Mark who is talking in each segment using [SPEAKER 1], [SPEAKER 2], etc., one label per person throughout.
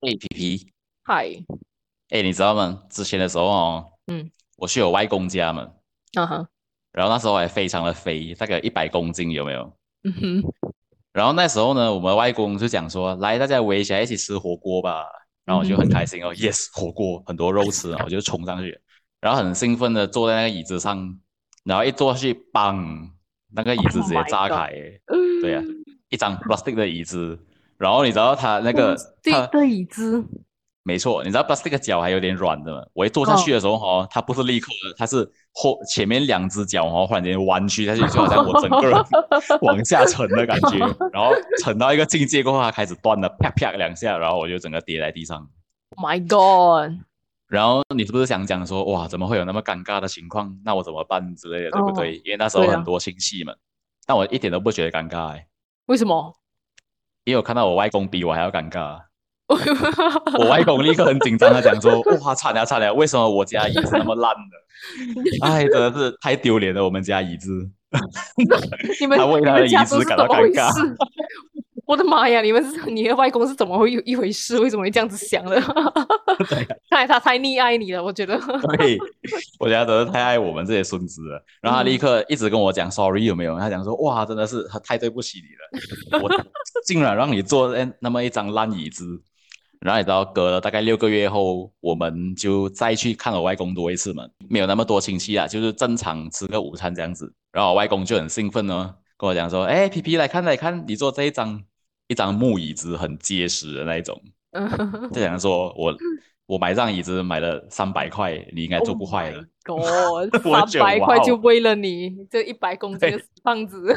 [SPEAKER 1] 哎，皮皮，
[SPEAKER 2] 嗨。
[SPEAKER 1] 哎，你知道吗？之前的时候哦，
[SPEAKER 2] 嗯。
[SPEAKER 1] 我去我外公家嘛，
[SPEAKER 2] 啊哈。
[SPEAKER 1] 然后那时候还非常的肥，大概100公斤有没有？
[SPEAKER 2] 嗯哼。
[SPEAKER 1] 然后那时候呢，我们外公就讲说，来，大家围起来一起吃火锅吧。然后我就很开
[SPEAKER 2] 嗯哼。
[SPEAKER 1] 心哦，yes，火锅很多肉吃啊，我就冲上去，然后很兴奋的坐在那个椅子上，然后一坐下去，砰，那个椅子
[SPEAKER 2] Oh
[SPEAKER 1] 直接
[SPEAKER 2] my
[SPEAKER 1] 炸开
[SPEAKER 2] god。
[SPEAKER 1] 诶，对呀、一张 plastic 的椅子，然后你知道它那个它
[SPEAKER 2] 这的椅子。
[SPEAKER 1] 没错，你知道 plastic 的脚还有点软的嘛？我一坐下去
[SPEAKER 2] 哦。
[SPEAKER 1] 的时候哦，它不是立刻的，它是前面2只脚哦，忽然间弯曲下去，就好像我整个人往下沉的感觉，然后沉到一个境界过后，它开始断了，啪啪2下，然后我就整个跌在地上。
[SPEAKER 2] Oh my god。
[SPEAKER 1] 然后你是不是想讲说，哇，怎么会有那么尴尬的情况？那我怎么办之类的，对不
[SPEAKER 2] 哦。
[SPEAKER 1] 对？因为那时候
[SPEAKER 2] 对啊。
[SPEAKER 1] 很多亲戚们，但我一点都不觉得尴尬，
[SPEAKER 2] 为什么？
[SPEAKER 1] 因为我看到我外公比我还要尴尬。我外公立刻很紧张的讲说：“哇，惨了惨了，为什么我家椅子那么烂的？哎，真的是太丢脸了，我们家椅子。”
[SPEAKER 2] 你们
[SPEAKER 1] 他为他的
[SPEAKER 2] 你们家
[SPEAKER 1] 椅子感
[SPEAKER 2] 族是怎么
[SPEAKER 1] 到尴尬。
[SPEAKER 2] 回事？我的妈呀！你的外公是怎么会有一回事？为什么会这样子想的？
[SPEAKER 1] 对啊，
[SPEAKER 2] 看来他太溺爱你了，我觉得。
[SPEAKER 1] 对，我家真的太爱我们这些孙子了。然后他立
[SPEAKER 2] 嗯。
[SPEAKER 1] 刻一直跟我讲 sorry 有没有？他讲说：“哇，真的是太对不起你了，我竟然让你坐在那么一张烂椅子。”然后你知道，隔了大概6个月后，我们就再去看我外公多一次嘛，没有那么多亲戚啊，就是正常吃个午餐这样子。然后我外公就很兴奋哦，跟我讲说：“哎，皮皮来看来看，你坐这一张木椅子，很结实的那一种。”就讲说我买这张椅子买了300块，你应该
[SPEAKER 2] Oh
[SPEAKER 1] 做不坏
[SPEAKER 2] my
[SPEAKER 1] 的。
[SPEAKER 2] god，
[SPEAKER 1] 我
[SPEAKER 2] 三
[SPEAKER 1] 觉得
[SPEAKER 2] 百块就
[SPEAKER 1] 哇哦，
[SPEAKER 2] 为了你这100公斤的死
[SPEAKER 1] 对。
[SPEAKER 2] 胖子。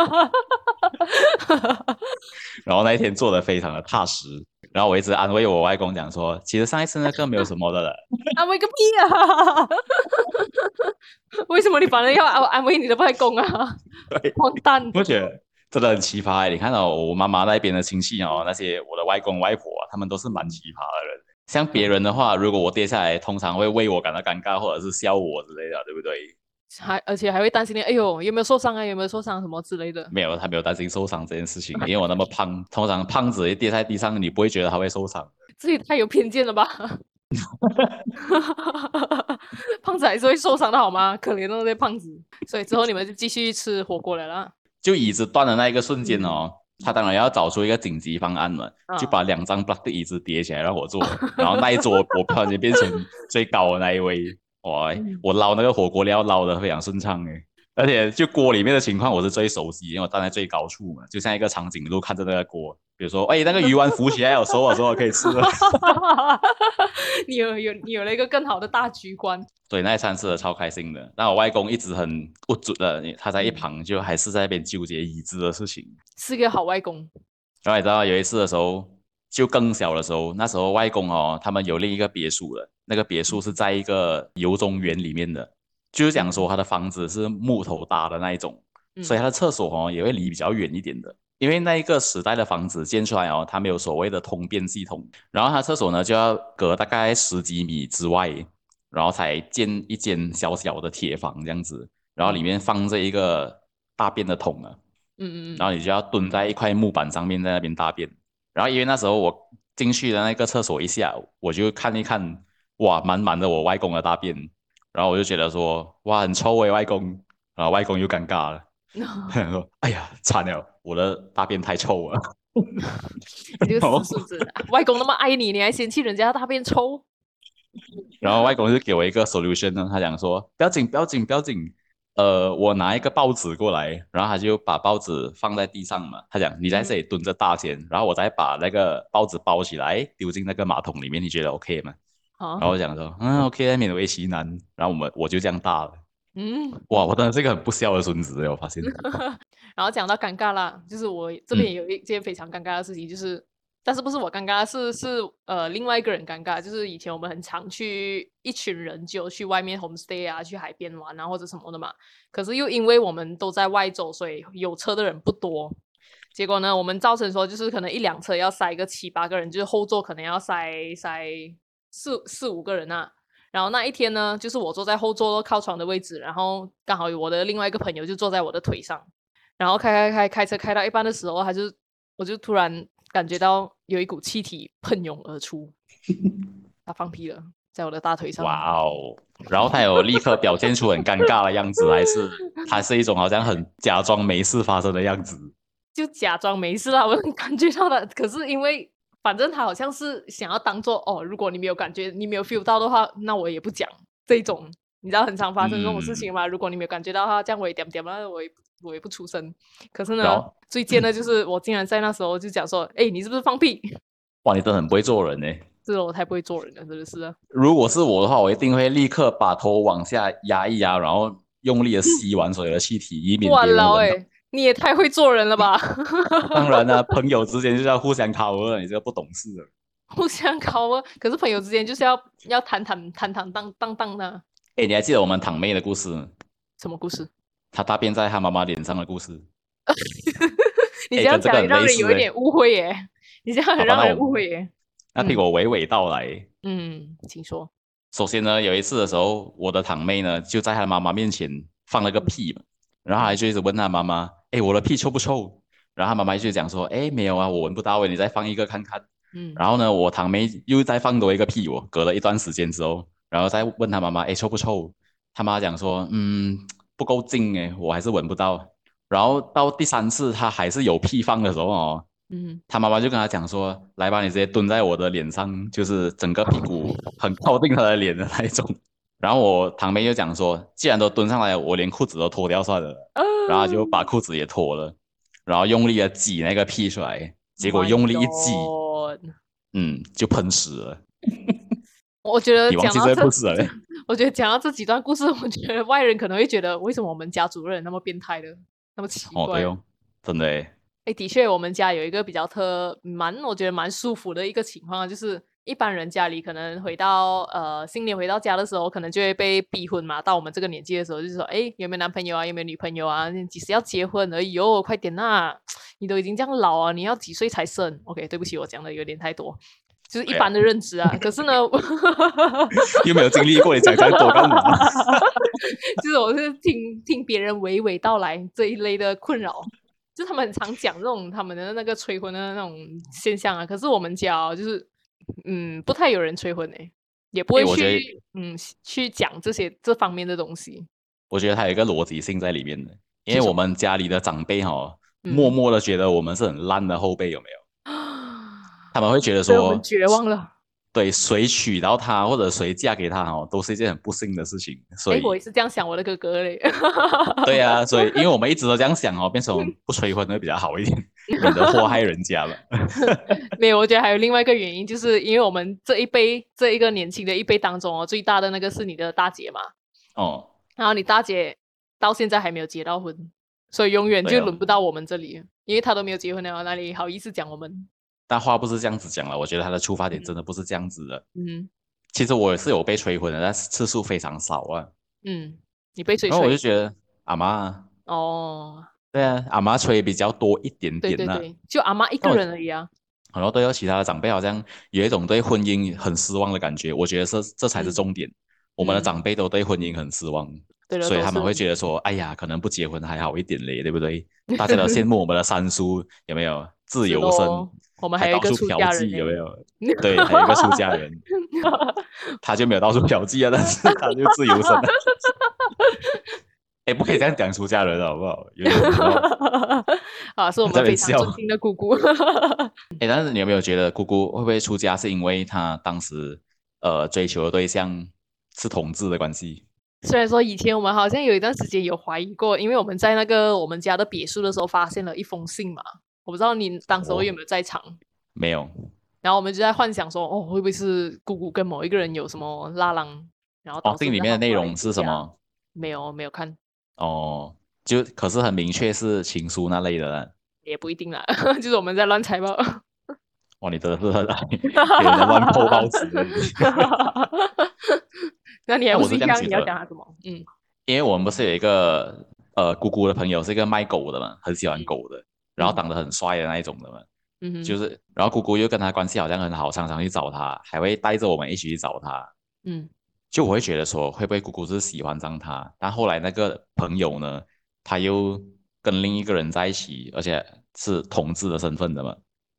[SPEAKER 1] 然后那一天做的非常的踏实，然后我一直安慰我外公讲说，其实上一次那个没有什么的了。
[SPEAKER 2] 安慰个屁啊！为什么你反而要安慰你的外公啊？
[SPEAKER 1] 对，
[SPEAKER 2] 荒诞。
[SPEAKER 1] 我觉得真的很奇葩欸。你看到我妈妈那边的亲戚哦，那些我的外公外婆啊，他们都是蛮奇葩的人。像别人的话，如果我跌下来，通常会为我感到尴尬，或者是笑我之类的，对不对？
[SPEAKER 2] 而且还会担心你，哎呦，有没有受伤啊？有没有受伤什么之类的？
[SPEAKER 1] 没有，他没有担心受伤这件事情，因为我那么胖，通常胖子一跌在地上，你不会觉得他会受伤。
[SPEAKER 2] 这也太有偏见了吧！胖子还是会受伤的好吗？可怜的那些胖子。所以之后你们就继续吃火锅了啦。
[SPEAKER 1] 就椅子断的那一个瞬间
[SPEAKER 2] 嗯。
[SPEAKER 1] 哦，他当然要找出一个紧急方案嘛，就
[SPEAKER 2] 啊。
[SPEAKER 1] 把2张 block 的椅子叠起来让我坐，然后那一桌我突然间变成最高的那一位。哇，
[SPEAKER 2] 嗯。
[SPEAKER 1] 我捞那个火锅料捞得非常顺畅诶，而且就锅里面的情况我是最熟悉，因为我站在最高处嘛，就像一个长颈鹿看着那个锅，比如说，哎，那个鱼丸浮起来了，熟了熟了可以吃了。
[SPEAKER 2] 你有了一个更好的大局观。
[SPEAKER 1] 所以那一餐吃的超开心的。但我外公一直很不准的，他在一
[SPEAKER 2] 嗯。
[SPEAKER 1] 旁就还是在那边纠结椅子的事情。
[SPEAKER 2] 是个好外公。
[SPEAKER 1] 然后你知道有一次的时候，就更小的时候，那时候外公哦，他们有另一个别墅了，那个别墅是在一个游中园里面的，就是讲说
[SPEAKER 2] 嗯
[SPEAKER 1] 他的房子是木头搭的那一种，所以
[SPEAKER 2] 嗯
[SPEAKER 1] 他的厕所哦也会离比较远一点的。因为那一个时代的房子建出来哦，它没有所谓的通便系统，然后他厕所呢就要隔大概10几米之外，然后才建一间小小的铁房这样子，然后里
[SPEAKER 2] 嗯
[SPEAKER 1] 面放着一个大便的桶啊。然
[SPEAKER 2] 嗯嗯
[SPEAKER 1] 后你就要蹲在一块木板上面在那边大便。然后因为那时候我进去的那个厕所一下，我就看一看，哇，满满的我外公的大便，然后我就觉得说，哇，很臭诶，外公。然后外公又尴尬了，
[SPEAKER 2] 嗯。
[SPEAKER 1] 他说，哎呀，惨了，我的大便太臭了。
[SPEAKER 2] 你这个
[SPEAKER 1] 然后
[SPEAKER 2] 死孙子，外公那么爱你，你还嫌弃人家大便臭？
[SPEAKER 1] 然后外公就给我一个 solution 呢，他讲说不要紧，不要紧，不要紧，我拿一个报纸过来，然后他就把报纸放在地上嘛，他讲你在这里
[SPEAKER 2] 嗯。
[SPEAKER 1] 蹲着大便，然后我再把那个报纸包起来丢进那个马桶里面，你觉得 OK 吗？然后
[SPEAKER 2] 好。
[SPEAKER 1] 我讲说OK，勉为其难，然后我就这样大了。
[SPEAKER 2] 嗯。
[SPEAKER 1] 哇，我真的是一个很不孝的孙子，我发现。
[SPEAKER 2] 然后讲到尴尬啦，就是我这边也
[SPEAKER 1] 嗯
[SPEAKER 2] 有一件非常尴尬的事情，就是但是不是我尴尬，是另外一个人尴尬，就是以前我们很常去一群人就去外面 homestay 啊，去海边玩啊或者什么的嘛，可是又因为我们都在外走，所以有车的人不多。结果呢，我们造成说就是可能一辆车要塞个7、8个人，就是后座可能要塞4、5个人啊。然后那一天呢，就是我坐在后座靠窗的位置，然后刚好有我的另外一个朋友就坐在我的腿上，然后开车开到一半的时候，我就突然感觉到有一股气体喷涌而出，他放屁了，在我的大腿上。
[SPEAKER 1] 哇哦！然后他有立刻表现出很尴尬的样子，还是他是一种好像很假装没事发生的样子？
[SPEAKER 2] 就假装没事啦，我能感觉到的。可是因为反正他好像是想要当做哦，如果你没有感觉，你没有 feel 到的话，那我也不讲这一种。你知道很常发生这种事情吗？如果你没有感觉到的话，这样我也点点那我也不出声。可是呢，
[SPEAKER 1] 然后
[SPEAKER 2] 最贱的就是我竟然在那时候就讲说，哎，你是不是放屁？
[SPEAKER 1] 哇，你真的很不会做人呢。
[SPEAKER 2] 这我太不会做人了，真的是啊。
[SPEAKER 1] 如果是我的话，我一定会立刻把头往下压一压，然后用力的吸完所有的气体，以免
[SPEAKER 2] 哇
[SPEAKER 1] 别人闻到。
[SPEAKER 2] 老哎，你也太会做人了吧！
[SPEAKER 1] 当然呢、朋友之间就是要互相 cover，你这个不懂事的。
[SPEAKER 2] 互相考啊，可是朋友之间就是要坦荡荡的。
[SPEAKER 1] 哎，你还记得我们堂妹的故事吗？
[SPEAKER 2] 什么故事？
[SPEAKER 1] 她大便在她妈妈脸上的故事。
[SPEAKER 2] 你
[SPEAKER 1] 哎，
[SPEAKER 2] 这样讲
[SPEAKER 1] 跟这个很
[SPEAKER 2] 让人有一
[SPEAKER 1] 类似哎。
[SPEAKER 2] 点误会耶，你这样很
[SPEAKER 1] 好吧，
[SPEAKER 2] 让人误会耶。
[SPEAKER 1] 那听我娓娓道来。
[SPEAKER 2] 请说。
[SPEAKER 1] 首先呢，有一次的时候，我的堂妹呢就在她妈妈面前放了个屁嘛，然后她就一直问她妈妈：“哎，我的屁臭不臭？”然后她妈妈就讲说：“哎，没有啊，我闻不到诶，你再放一个看看。”
[SPEAKER 2] 嗯，
[SPEAKER 1] 然后呢，我堂妹又再放多一个屁哦，隔了一段时间之后，然后再问她妈妈：“哎，臭不臭？”她妈讲说：不够近诶，我还是闻不到。”然后到第三次她还是有屁放的时候哦，
[SPEAKER 2] 嗯，
[SPEAKER 1] 他妈妈就跟他讲说：“来吧，你直接蹲在我的脸上，就是整个屁股很靠近他的脸的那一种。”然后我堂妹就讲说：“既然都蹲上来了，我连裤子都脱掉算了。”然后他就把裤子也脱了，然后用力的挤那个屁出来，结果
[SPEAKER 2] My
[SPEAKER 1] 用力一挤，
[SPEAKER 2] God！
[SPEAKER 1] 就喷屎了。
[SPEAKER 2] 我觉得
[SPEAKER 1] 你忘记这个故事了嘞？
[SPEAKER 2] 我觉得讲到这几段故事，我觉得外人可能会觉得，为什么我们家主任那么变态的，那么奇
[SPEAKER 1] 哦，对
[SPEAKER 2] 怪？
[SPEAKER 1] 哦，真的诶。
[SPEAKER 2] 哎，的确，我们家有一个比较我觉得蛮舒服的一个情况，就是一般人家里可能新年回到家的时候，可能就会被逼婚嘛。到我们这个年纪的时候，就是说，哎，有没有男朋友啊？有没有女朋友啊？你几时要结婚？哎呦，快点呐！你都已经这样老啊，你要几岁才生？OK，对不起，我讲的有点太多，就是一
[SPEAKER 1] 对呀、
[SPEAKER 2] 般的认知啊。可是呢，
[SPEAKER 1] 又没有经历过，你讲这样多干嘛？
[SPEAKER 2] 就是我是听别人娓娓道来这一类的困扰。就他们很常讲这种他们的那个催婚的那种现象啊，可是我们家就是不太有人催婚也不会
[SPEAKER 1] 我觉得，
[SPEAKER 2] 去讲这方面的东西。
[SPEAKER 1] 我觉得它有一个逻辑性在里面的，因为我
[SPEAKER 2] 是什么？
[SPEAKER 1] 们家里的长辈默
[SPEAKER 2] 嗯，
[SPEAKER 1] 默的觉得我们是很烂的后辈，有没有？他们会觉得
[SPEAKER 2] 所以我们
[SPEAKER 1] 说，
[SPEAKER 2] 绝望了。
[SPEAKER 1] 对，谁娶到她或者谁嫁给他都是一件很不幸的事情。所
[SPEAKER 2] 我也
[SPEAKER 1] 以，
[SPEAKER 2] 是这样想我的哥哥嘞。
[SPEAKER 1] 对呀、所以因为我们一直都这样想变成不催婚会比较好一点，免得祸害人家了。
[SPEAKER 2] 没有，我觉得还有另外一个原因，就是因为我们这一个年轻的一辈当中最大的那个是你的大姐嘛。
[SPEAKER 1] 哦，
[SPEAKER 2] 然后你大姐到现在还没有结到婚，所以永远
[SPEAKER 1] 对哦，
[SPEAKER 2] 就轮不到我们这里，因为她都没有结婚了，哪里好意思讲我们？
[SPEAKER 1] 但话不是这样子讲了，我觉得他的出发点
[SPEAKER 2] 嗯
[SPEAKER 1] 真的不是这样子的。
[SPEAKER 2] 嗯
[SPEAKER 1] 其实我也是有被催婚的，但是次数非常少啊。
[SPEAKER 2] 嗯，你被谁
[SPEAKER 1] 然后我就
[SPEAKER 2] 催？
[SPEAKER 1] 觉得阿妈，
[SPEAKER 2] 哦，
[SPEAKER 1] 对啊，阿妈催比较多一点点呢、
[SPEAKER 2] 对对对，就阿妈一个
[SPEAKER 1] 但我
[SPEAKER 2] 人而已啊。
[SPEAKER 1] 然后对有其他的长辈好像有一种对婚姻很失望的感觉，我觉得这才是
[SPEAKER 2] 嗯
[SPEAKER 1] 重点。我们的
[SPEAKER 2] 嗯，
[SPEAKER 1] 长辈都对婚姻很失望，
[SPEAKER 2] 对了，都是
[SPEAKER 1] 所以他们会觉得说，哎呀，可能不结婚还好一点嘞，对不对？大家都羡慕我们的三叔有没有自
[SPEAKER 2] 是
[SPEAKER 1] 由身，
[SPEAKER 2] 咯，我们还有一个
[SPEAKER 1] 还到处
[SPEAKER 2] 出家人
[SPEAKER 1] 嫖妓有没
[SPEAKER 2] 呢。
[SPEAKER 1] 有？对，还有一个出家人，他就没有到处嫖妓啊，但是他就自由身啊。哎，不可以这样讲出家人好不好？有点礼貌。
[SPEAKER 2] 啊，是我们非常
[SPEAKER 1] 在那边笑。
[SPEAKER 2] 尊敬的姑姑。
[SPEAKER 1] 哎，但是你有没有觉得姑姑会不会出家是因为她当时追求的对象是同志的关系？
[SPEAKER 2] 虽然说以前我们好像有一段时间有怀疑过，因为我们在那个我们家的别墅的时候发现了一封信嘛，我不知道你当时候有
[SPEAKER 1] 哦，
[SPEAKER 2] 没有在场。
[SPEAKER 1] 没有。
[SPEAKER 2] 然后我们就在幻想说，哦，会不会是姑姑跟某一个人有什么拉郎，然后
[SPEAKER 1] 哦，
[SPEAKER 2] 导致
[SPEAKER 1] 信里面
[SPEAKER 2] 他们后来
[SPEAKER 1] 的内容
[SPEAKER 2] 出家？
[SPEAKER 1] 是什么？
[SPEAKER 2] 没有看，
[SPEAKER 1] 哦，就可是很明确是情书那类的啦。
[SPEAKER 2] 也不一定啦，就是我们在乱猜吧。
[SPEAKER 1] 哇，你真的是给人家乱扣报纸的你。
[SPEAKER 2] 那你还不
[SPEAKER 1] 但我是这样
[SPEAKER 2] 是一样？你要
[SPEAKER 1] 觉得，
[SPEAKER 2] 讲他什么？
[SPEAKER 1] 因为我们不是有一个姑姑的朋友是一个卖狗的嘛，很喜欢
[SPEAKER 2] 嗯
[SPEAKER 1] 狗的，然后
[SPEAKER 2] 嗯
[SPEAKER 1] 长得很帅的那一种的嘛。
[SPEAKER 2] 嗯哼
[SPEAKER 1] 就是然后姑姑又跟他关系好像很好，常常去找他，还会带着我们一起去找他。
[SPEAKER 2] 嗯
[SPEAKER 1] 就我会觉得说，会不会姑姑是喜欢上他？但后来那个朋友呢，他又跟另一个人在一起，而且是同志的身份的嘛。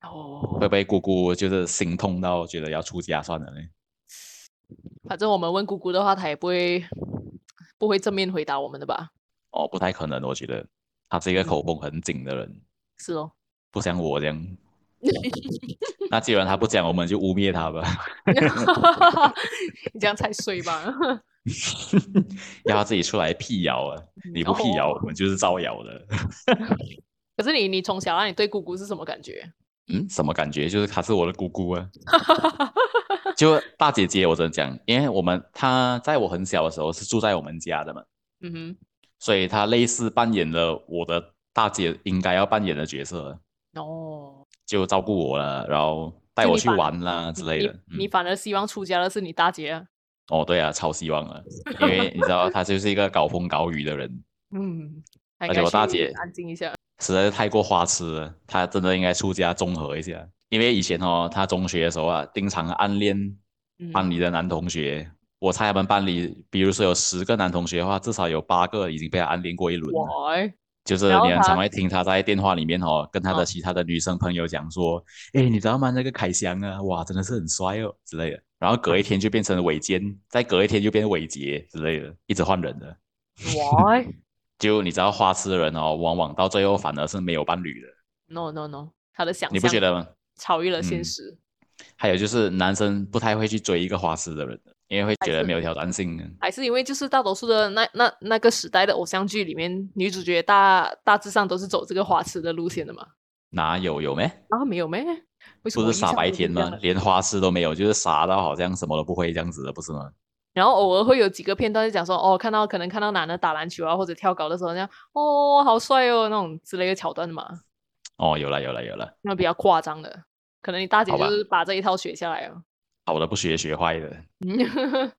[SPEAKER 2] 哦，
[SPEAKER 1] 会不会姑姑就是心痛到觉得要出家算了呢？
[SPEAKER 2] 反正我们问姑姑的话，她也不会正面回答我们的吧？
[SPEAKER 1] 哦，不太可能，我觉得他是一个口
[SPEAKER 2] 嗯，
[SPEAKER 1] 风很紧的人，
[SPEAKER 2] 是哦。
[SPEAKER 1] 不像我这样。那既然他不讲，我们就污蔑他吧。
[SPEAKER 2] 你这样才衰吧？
[SPEAKER 1] 要他自己出来辟谣啊！你不辟谣，我们
[SPEAKER 2] 哦，
[SPEAKER 1] 就是造谣的。
[SPEAKER 2] 可是你从小你对姑姑是什么感觉？
[SPEAKER 1] 嗯，什么感觉？就是她是我的姑姑啊，就大姐姐。我真的讲，因为她在我很小的时候是住在我们家的嘛，
[SPEAKER 2] 嗯哼。
[SPEAKER 1] 所以她类似扮演了我的大姐应该要扮演的角色，
[SPEAKER 2] 哦，
[SPEAKER 1] 就照顾我了，然后带我去
[SPEAKER 2] 就
[SPEAKER 1] 玩啦之
[SPEAKER 2] 你你
[SPEAKER 1] 类的。
[SPEAKER 2] 你反而希望出家的是你大姐啊？
[SPEAKER 1] 哦，对啊，超希望了，因为你知道她就是一个搞风搞雨的人，
[SPEAKER 2] 嗯，他应
[SPEAKER 1] 而且
[SPEAKER 2] 该去
[SPEAKER 1] 我大姐
[SPEAKER 2] 安静一下。
[SPEAKER 1] 实在是太过花痴了，她真的应该出家综合一下。因为以前哦，她中学的时候啊，经常暗恋班
[SPEAKER 2] 嗯，
[SPEAKER 1] 里的男同学。我猜他们班里，比如说有10个男同学的话，至少有8个已经被他暗恋过一轮了。
[SPEAKER 2] 喂，
[SPEAKER 1] 就是你很常
[SPEAKER 2] 然后他，
[SPEAKER 1] 会听他在电话里面哦，跟他的
[SPEAKER 2] 嗯，
[SPEAKER 1] 其他的女生朋友讲说，哎，你知道吗？那个凯翔啊，哇，真的是很帅哦之类的。然后隔一天就变成伟坚，再隔一天就变伟杰之类的，一直换人的。
[SPEAKER 2] 喂
[SPEAKER 1] 就你知道花痴的人哦，往往到最后反而是没有伴侣的，
[SPEAKER 2] ，no no no，他的想
[SPEAKER 1] 你不觉
[SPEAKER 2] 象
[SPEAKER 1] 得吗？
[SPEAKER 2] 超越了现
[SPEAKER 1] 嗯，
[SPEAKER 2] 实。
[SPEAKER 1] 还有就是男生不太会去追一个花痴的人的，因为会
[SPEAKER 2] 还是
[SPEAKER 1] 觉得没有挑战性的。
[SPEAKER 2] 还是因为就是大多数的那个时代的偶像剧里面，女主角大致上都是走这个花痴的路线的嘛？
[SPEAKER 1] 有没？
[SPEAKER 2] 啊，没有咩？为什
[SPEAKER 1] 不是傻
[SPEAKER 2] 么我印象
[SPEAKER 1] 白甜吗？
[SPEAKER 2] 中是这样的？
[SPEAKER 1] 连花痴都没有，就是傻到好像什么都不会这样子的，不是吗？
[SPEAKER 2] 然后偶尔会有几个片段就讲说，哦，可能看到男的打篮球啊或者跳高的时候，这样哦，好帅哦那种之类的桥段嘛，
[SPEAKER 1] 哦，有了有了有了，
[SPEAKER 2] 那比较夸张的，可能你大姐就
[SPEAKER 1] 好吧，
[SPEAKER 2] 是把这一套学下来了。
[SPEAKER 1] 好的不学学坏的。
[SPEAKER 2] 嗯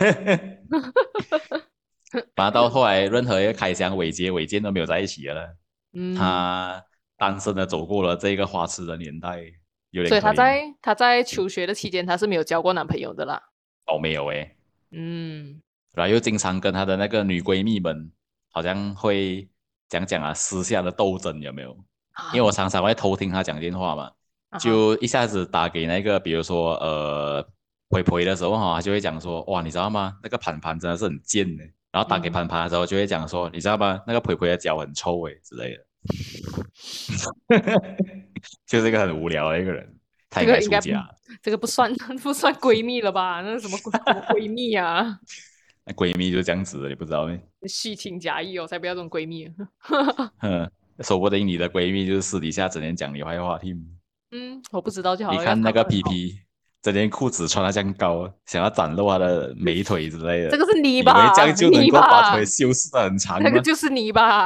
[SPEAKER 1] 反正到后来，任何一个开箱、伟健都没有在一起了。
[SPEAKER 2] 嗯，
[SPEAKER 1] 他单身的走过了这个花痴的年代，有点
[SPEAKER 2] 所以
[SPEAKER 1] 可怜。
[SPEAKER 2] 他在求学的期间，他是没有交过男朋友的啦。
[SPEAKER 1] 哦，没有诶，
[SPEAKER 2] 嗯
[SPEAKER 1] 然后又经常跟她的那个女闺蜜们，好像会讲讲啊，私下的斗争有没有？因为
[SPEAKER 2] 啊
[SPEAKER 1] 我常常会偷听她讲电话嘛，
[SPEAKER 2] 啊哈，
[SPEAKER 1] 就一下子打给那个，比如说培培的时候哈，她就会讲说，哇，你知道吗？那个盘盘真的是很贱的。然后打给
[SPEAKER 2] 嗯，
[SPEAKER 1] 盘盘的时候，就会讲说，你知道吗？那个培培的脚很臭诶之类的，就是一个很无聊的一个人，他应
[SPEAKER 2] 这个应该
[SPEAKER 1] 该出家。
[SPEAKER 2] 这个不算不算闺蜜了吧？那是什么闺蜜啊？
[SPEAKER 1] 那闺蜜就这样子的，你不知道吗？
[SPEAKER 2] 虚情假意哦，才不要这种闺蜜。
[SPEAKER 1] 哼，说不定你的闺蜜就是私底下整天讲你坏话听。
[SPEAKER 2] 嗯，我不知道就好了，要
[SPEAKER 1] 你看那个
[SPEAKER 2] 藏得很好。
[SPEAKER 1] 皮皮，整天裤子穿得这样高，想要展露他的美腿之类的，
[SPEAKER 2] 这个是你
[SPEAKER 1] 以为这
[SPEAKER 2] 吧？
[SPEAKER 1] 样就能
[SPEAKER 2] 你
[SPEAKER 1] 够把
[SPEAKER 2] 吧，
[SPEAKER 1] 腿修饰得很长
[SPEAKER 2] 那个
[SPEAKER 1] 吗？
[SPEAKER 2] 就是你吧？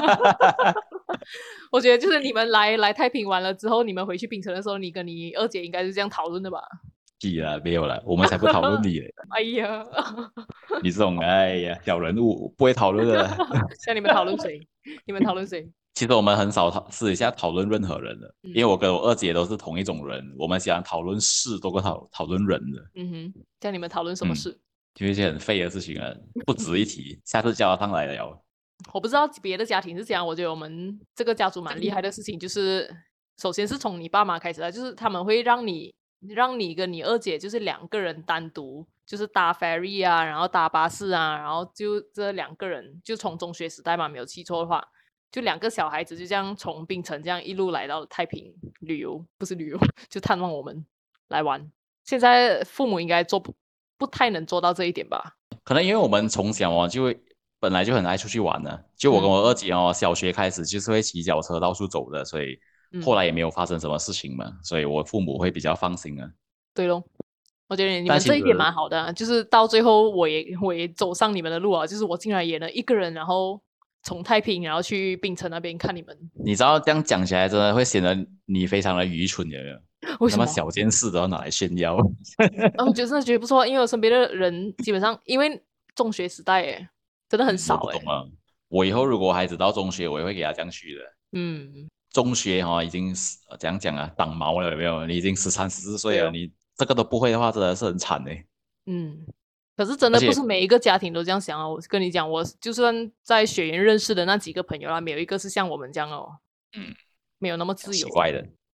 [SPEAKER 2] 我觉得就是你们来太平完了之后，你们回去槟城的时候，你跟你二姐应该是这样讨论的吧？
[SPEAKER 1] 屁了，没有了，我们才不讨论你嘞，
[SPEAKER 2] 哎呀，
[SPEAKER 1] 你这种哎呀小人物不会讨论的啦。
[SPEAKER 2] 像你们讨论谁？你们讨论谁？
[SPEAKER 1] 其实我们很少私底下讨论任何人的，因为我
[SPEAKER 2] 嗯
[SPEAKER 1] 跟我二姐都是同一种人，我们喜欢讨论事多过讨论人的。
[SPEAKER 2] 嗯哼，像你们讨论什么
[SPEAKER 1] 嗯，
[SPEAKER 2] 事？
[SPEAKER 1] 就一些很废的事情啊，不值一提，下次叫他上来聊。
[SPEAKER 2] 我不知道别的家庭是这样，我觉得我们这个家族蛮厉害的事情，就是首先是从你爸妈开始的，就是他们会让你跟你二姐就是两个人单独，就是搭 ferry 啊，然后搭巴士啊，然后就这两个人就从中学时代嘛，没有记错的话，就两个小孩子就这样从槟城这样一路来到了太平旅游，不是旅游，就探望我们来玩。现在父母应该不太能做到这一点吧？
[SPEAKER 1] 可能因为我们从小哦，本来就很爱出去玩的。就我跟我二
[SPEAKER 2] 嗯
[SPEAKER 1] 姐哦，小学开始就是会骑脚车到处走的，所以后
[SPEAKER 2] 嗯，
[SPEAKER 1] 来也没有发生什么事情嘛，所以我父母会比较放心啊。
[SPEAKER 2] 对咯。我觉得你
[SPEAKER 1] 但其实，
[SPEAKER 2] 们这一点蛮好的啊，就是到最后我也走上你们的路啊，就是我竟然也能一个人，然后从太平，然后去槟城那边看你们，
[SPEAKER 1] 你知道这样讲起来，真的会显得你非常的愚蠢，有没有？
[SPEAKER 2] 为什么？
[SPEAKER 1] 那么小件事都要拿来炫耀。
[SPEAKER 2] 我觉得真的觉得不错，因为我身边的人基本上因为中学时代，诶，真的很
[SPEAKER 1] 嗯，我
[SPEAKER 2] 少，诶，
[SPEAKER 1] 不懂啊。我以后如果孩子到中学，我也会给他这样许的。
[SPEAKER 2] 嗯，
[SPEAKER 1] 中学哈、已经怎样讲啊，长毛了有没有？你已经13、14岁了，
[SPEAKER 2] 对哦，
[SPEAKER 1] 你这个都不会的话，真的是很惨的。
[SPEAKER 2] 嗯，可是真的不
[SPEAKER 1] 而且
[SPEAKER 2] 是每一个家庭都这样想啊。我跟你讲，我就算在学院认识的那几个朋友啊，没有一个是像我们这样哦，
[SPEAKER 1] 嗯，
[SPEAKER 2] 没有那么
[SPEAKER 1] 挺
[SPEAKER 2] 自由。
[SPEAKER 1] 奇怪的。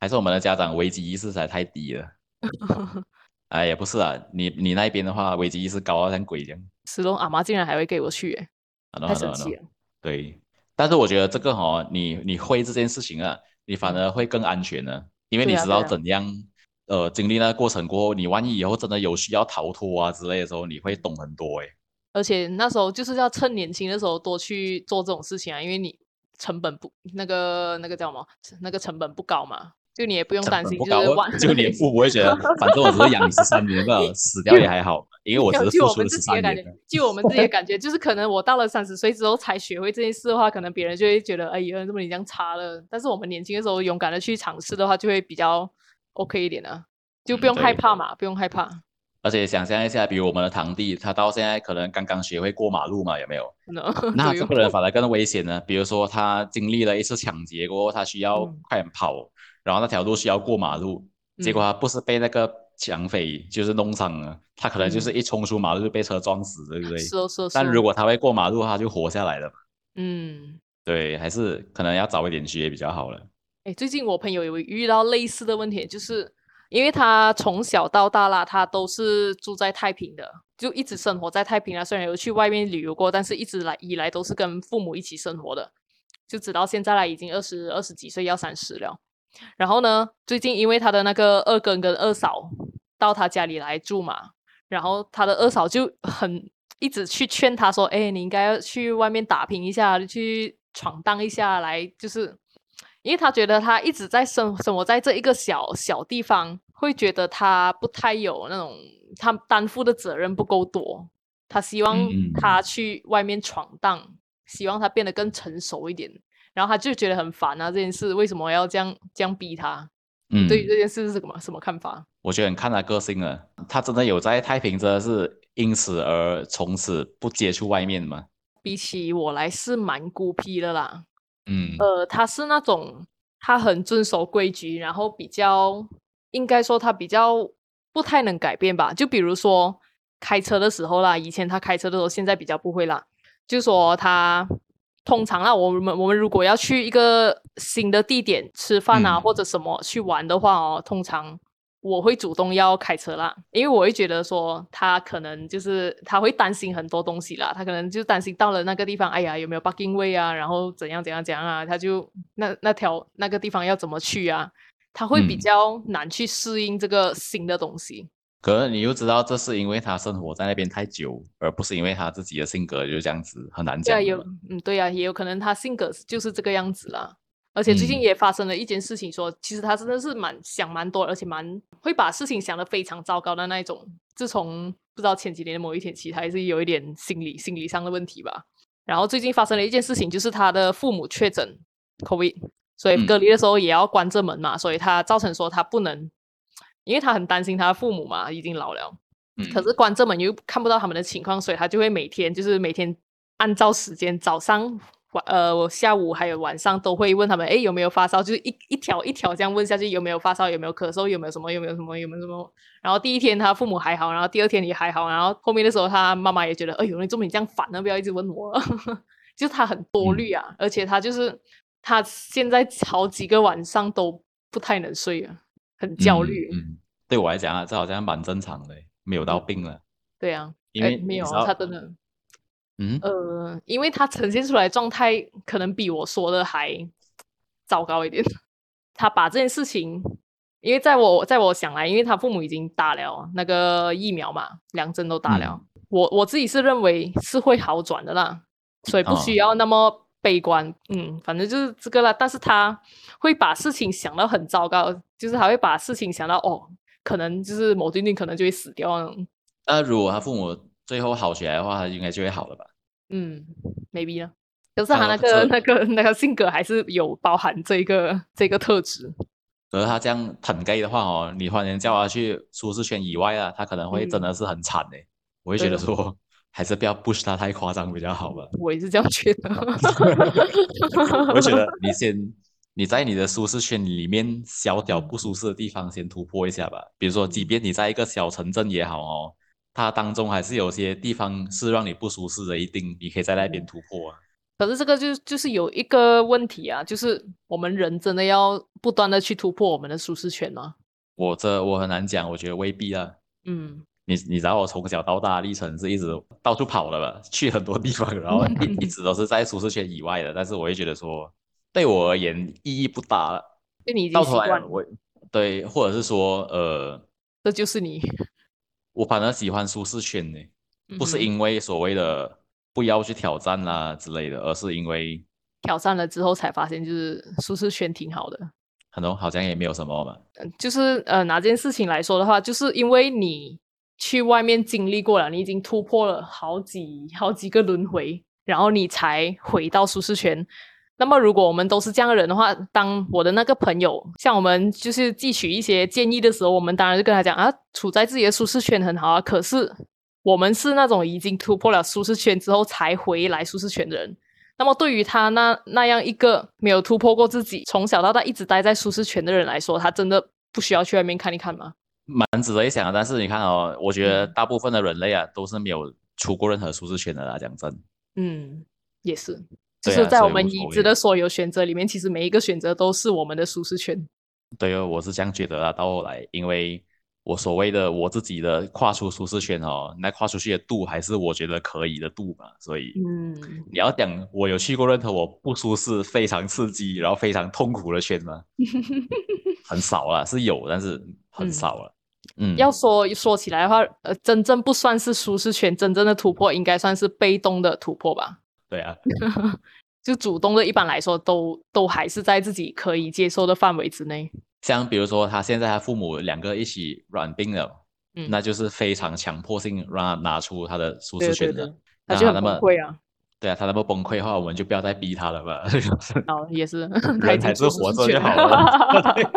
[SPEAKER 1] 还是我们的家长危机意识实在太低了。哎，也不是啊，你那边的话，危机意识高到像鬼一样。
[SPEAKER 2] 石龙阿妈竟然还会给我去，诶，
[SPEAKER 1] 好的，
[SPEAKER 2] 太
[SPEAKER 1] 好的，好的。
[SPEAKER 2] 神奇了。
[SPEAKER 1] 对，但是我觉得这个你会这件事情啊，你反
[SPEAKER 2] 嗯，
[SPEAKER 1] 而会更安全呢，因为
[SPEAKER 2] 对啊，
[SPEAKER 1] 你知道
[SPEAKER 2] 对啊。
[SPEAKER 1] 怎样，经历那个过程过后，你万一以后真的有需要逃脱啊之类的时候，你会
[SPEAKER 2] 嗯，
[SPEAKER 1] 懂很多诶。
[SPEAKER 2] 而且那时候就是要趁年轻的时候多去做这种事情啊，因为你成本不那个叫什么？那个成本不高嘛，就你也不用
[SPEAKER 1] 成
[SPEAKER 2] 担心，
[SPEAKER 1] 本不高哦，
[SPEAKER 2] 就是万
[SPEAKER 1] 就连父母会觉得，反正我只是养你13年吧，死掉也
[SPEAKER 2] 就
[SPEAKER 1] 还好，因为我
[SPEAKER 2] 没有，
[SPEAKER 1] 只是付出了13年的。
[SPEAKER 2] 就我们自己的感觉，就是可能我到了30岁之后才学会这件事的话，可能别人就会觉得，哎呀，怎么你这样差了？但是我们年轻的时候勇敢的去尝试的话，就会比较 OK 一点啊，就不
[SPEAKER 1] 嗯，
[SPEAKER 2] 用害
[SPEAKER 1] 对。
[SPEAKER 2] 怕嘛，不用害怕。
[SPEAKER 1] 而且想象一下，比如我们的堂弟，他到现在可能刚刚学会过马路嘛，有没有？
[SPEAKER 2] 那
[SPEAKER 1] 那
[SPEAKER 2] 对哦。
[SPEAKER 1] 这个人反而更危险呢。比如说他经历了一次抢劫过后，他需要
[SPEAKER 2] 嗯
[SPEAKER 1] 快点跑，然后那条路需要过马路，结果
[SPEAKER 2] 嗯
[SPEAKER 1] 他不是被那个抢匪就是弄伤了，他可能就是
[SPEAKER 2] 嗯，
[SPEAKER 1] 一冲出马路就被车撞死，对不对？
[SPEAKER 2] 是哦是哦是哦。
[SPEAKER 1] 但如果他会过马路，他就活下来了嘛。
[SPEAKER 2] 嗯。
[SPEAKER 1] 对，还是可能要早一点学比较好了。
[SPEAKER 2] 哎，最近我朋友有遇到类似的问题，就是因为他从小到大啦，他都是住在太平的，就一直生活在太平啊。虽然有去外面旅游过，但是一直以来都是跟父母一起生活的，就直到现在啦，已经二十几岁，要30了。然后呢，最近因为他的那个二哥跟二嫂到他家里来住嘛，然后他的二嫂就一直去劝他说：“哎，你应该要去外面打拼一下，去闯荡一下，来就是因为他觉得他一直在生活在这一个小小地方，会觉得他不太有那种他担负的责任不够多，他希望他
[SPEAKER 1] 嗯
[SPEAKER 2] 去外面闯荡，希望他变得更成熟一点。”然后他就觉得很烦啊，这件事为什么要这样逼他？你对于这
[SPEAKER 1] 嗯，
[SPEAKER 2] 件事是什么看法？
[SPEAKER 1] 我觉得很看他个性了。他真的有在太平，真的是因此而从此不接触外面吗？
[SPEAKER 2] 比起我来是蛮孤僻的啦。
[SPEAKER 1] 嗯
[SPEAKER 2] 他是那种他很遵守规矩，然后应该说他比较不太能改变吧。就比如说开车的时候啦，以前他开车的时候，现在比较不会啦。就说他通常啊，我们如果要去一个新的地点吃饭啊，
[SPEAKER 1] 嗯
[SPEAKER 2] 或者什么去玩的话哦，通常我会主动要开车啦，因为我会觉得说他可能就是他会担心很多东西啦，他可能就担心到了那个地方，哎呀有没有 parking 位啊，然后怎样怎样怎样啊，他就那个地方要怎么去啊，他会比
[SPEAKER 1] 嗯。
[SPEAKER 2] 较难去适应这个新的东西。
[SPEAKER 1] 可是你又知道，这是因为他生活在那边太久，而不是因为他自己的性格就是这样子，很难
[SPEAKER 2] 对啊，
[SPEAKER 1] 讲的嘛。
[SPEAKER 2] 对啊，也有可能他性格就是这个样子啦。而且最近
[SPEAKER 1] 嗯
[SPEAKER 2] 也发生了一件事情说，其实他真的是想蛮多，而且会把事情想得非常糟糕的那一种。自从不知道前几年的某一天起，他还是有一点心理上的问题吧。然后最近发生了一件事情，就是他的父母确诊 COVID，所以隔
[SPEAKER 1] 嗯
[SPEAKER 2] 离的时候也要关着门嘛，所以他造成说他不能，因为他很担心他的父母嘛，已经老了。可是
[SPEAKER 1] 嗯
[SPEAKER 2] 关这门又看不到他们的情况，所以他就会每天按照时间，早上、下午还有晚上都会问他们，哎，有没有发烧？就是一条一条这样问下去，有没有发烧？有没有咳嗽？有没有什么？有没有什么？有没有什么？然后第一天他父母还好，然后第二天也还好，然后后面的时候他妈妈也觉得，哎呦，你怎么你这样烦呢？不要一直问我了。就是他很多虑
[SPEAKER 1] 嗯
[SPEAKER 2] 啊，而且他现在好几个晚上都不太能睡啊，很焦虑。
[SPEAKER 1] 对我来讲啊，这好像蛮正常的，没有到
[SPEAKER 2] 嗯，
[SPEAKER 1] 病了。
[SPEAKER 2] 对啊，
[SPEAKER 1] 因
[SPEAKER 2] 哎，没有啊，他
[SPEAKER 1] 为你知道，
[SPEAKER 2] 真的。
[SPEAKER 1] 嗯
[SPEAKER 2] 因为他呈现出来的状态可能比我说的还糟糕一点。他把这件事情，因为在我想来，因为他父母已经打了那个疫苗嘛，2针都打了，
[SPEAKER 1] 嗯
[SPEAKER 2] 我自己是认为是会好转的啦，所以不需
[SPEAKER 1] 啊
[SPEAKER 2] 要那么悲观。反正就是这个啦。但是他会把事情想到很糟糕，就是他会把事情想到可能就是某丁丁可能就会死掉那种。
[SPEAKER 1] 那如果他父母最后好起来的话，他应该就会好了吧？
[SPEAKER 2] 嗯，maybe 呢。可是他
[SPEAKER 1] 这
[SPEAKER 2] 那个性格还是有包含这个特质。
[SPEAKER 1] 可是他这样腾 gay 的话你突然叫他去舒适圈以外啊，他可能会真
[SPEAKER 2] 嗯，
[SPEAKER 1] 的是很惨的。我会觉
[SPEAKER 2] 对哦，
[SPEAKER 1] 得说，还是不要 push 他太夸张比较好吧。
[SPEAKER 2] 我也是这样觉得。
[SPEAKER 1] 我会觉得你在你的舒适圈里面小小
[SPEAKER 2] 嗯
[SPEAKER 1] 不舒适的地方先突破一下吧。比如说，即
[SPEAKER 2] 嗯
[SPEAKER 1] 便你在一个小城镇也好它当中还是有些地方是让你不舒适的，一定你可以在那边
[SPEAKER 2] 嗯，
[SPEAKER 1] 突破啊。
[SPEAKER 2] 可是这个就是有一个问题啊，就是我们人真的要不断的去突破我们的舒适圈吗？
[SPEAKER 1] 我很难讲，我觉得未必啊。
[SPEAKER 2] 嗯，
[SPEAKER 1] 你知道我从小到大的历程是一直到处跑的吧，去很多地方，然后一直都是在舒适圈以外的。但是我会觉得说，对我而言意义不大了。
[SPEAKER 2] 就你已经
[SPEAKER 1] 到头
[SPEAKER 2] 习惯了，
[SPEAKER 1] 来对，或者是说
[SPEAKER 2] 这就是你。
[SPEAKER 1] 我反而喜欢舒适圈呢，不是
[SPEAKER 2] 嗯哼，
[SPEAKER 1] 因为所谓的不要去挑战啦之类的，而是因为
[SPEAKER 2] 挑战了之后才发现，就是舒适圈挺好的。
[SPEAKER 1] 很多好像也没有什么嘛。
[SPEAKER 2] 就是哪件事情来说的话，就是因为你去外面经历过了，你已经突破了好几个轮回，然后你才回到舒适圈。那么，如果我们都是这样的人的话，当我的那个朋友向我们就是汲取一些建议的时候，我们当然就跟他讲啊，处在自己的舒适圈很好啊。可是我们是那种已经突破了舒适圈之后才回来舒适圈的人，那么对于他那样一个没有突破过自己，从小到大一直待在舒适圈的人来说，他真的不需要去外面看一看吗？
[SPEAKER 1] 蛮值得一想的。但是你看哦，我觉得
[SPEAKER 2] 嗯
[SPEAKER 1] 大部分的人类啊，都是没有出过任何舒适圈的啦。讲真，
[SPEAKER 2] 嗯，也是，就
[SPEAKER 1] 对啊，所以
[SPEAKER 2] 是在我们
[SPEAKER 1] 无所谓。
[SPEAKER 2] 已知的所有选择里面，其实每一个选择都是我们的舒适圈。
[SPEAKER 1] 对哦，我是这样觉得啊。到后来，因为我所谓的我自己的跨出舒适圈哦，那跨出去的度还是我觉得可以的度嘛。所以
[SPEAKER 2] 嗯，
[SPEAKER 1] 你要讲我有去过任何我不舒适、非常刺激，然后非常痛苦的圈吗？很少了，是有，但是很
[SPEAKER 2] 嗯，
[SPEAKER 1] 少了。嗯，
[SPEAKER 2] 要说起来的话，真正不算是舒适圈，真正的突破应该算是被动的突破吧。
[SPEAKER 1] 对啊。
[SPEAKER 2] 就主动的，一般来说都还是在自己可以接受的范围之内。
[SPEAKER 1] 像比如说他现在他父母两个一起软病了，
[SPEAKER 2] 嗯，
[SPEAKER 1] 那就是非常强迫性让他拿出他的舒适圈了。
[SPEAKER 2] 对对对，他就很
[SPEAKER 1] 那他那么，
[SPEAKER 2] 崩溃啊。
[SPEAKER 1] 对啊，他那么崩溃的话，我们就不要再逼他了吧。
[SPEAKER 2] 哦，也是，他已
[SPEAKER 1] 人还是
[SPEAKER 2] 经出舒
[SPEAKER 1] 活着就
[SPEAKER 2] 适圈了。
[SPEAKER 1] 好了。对，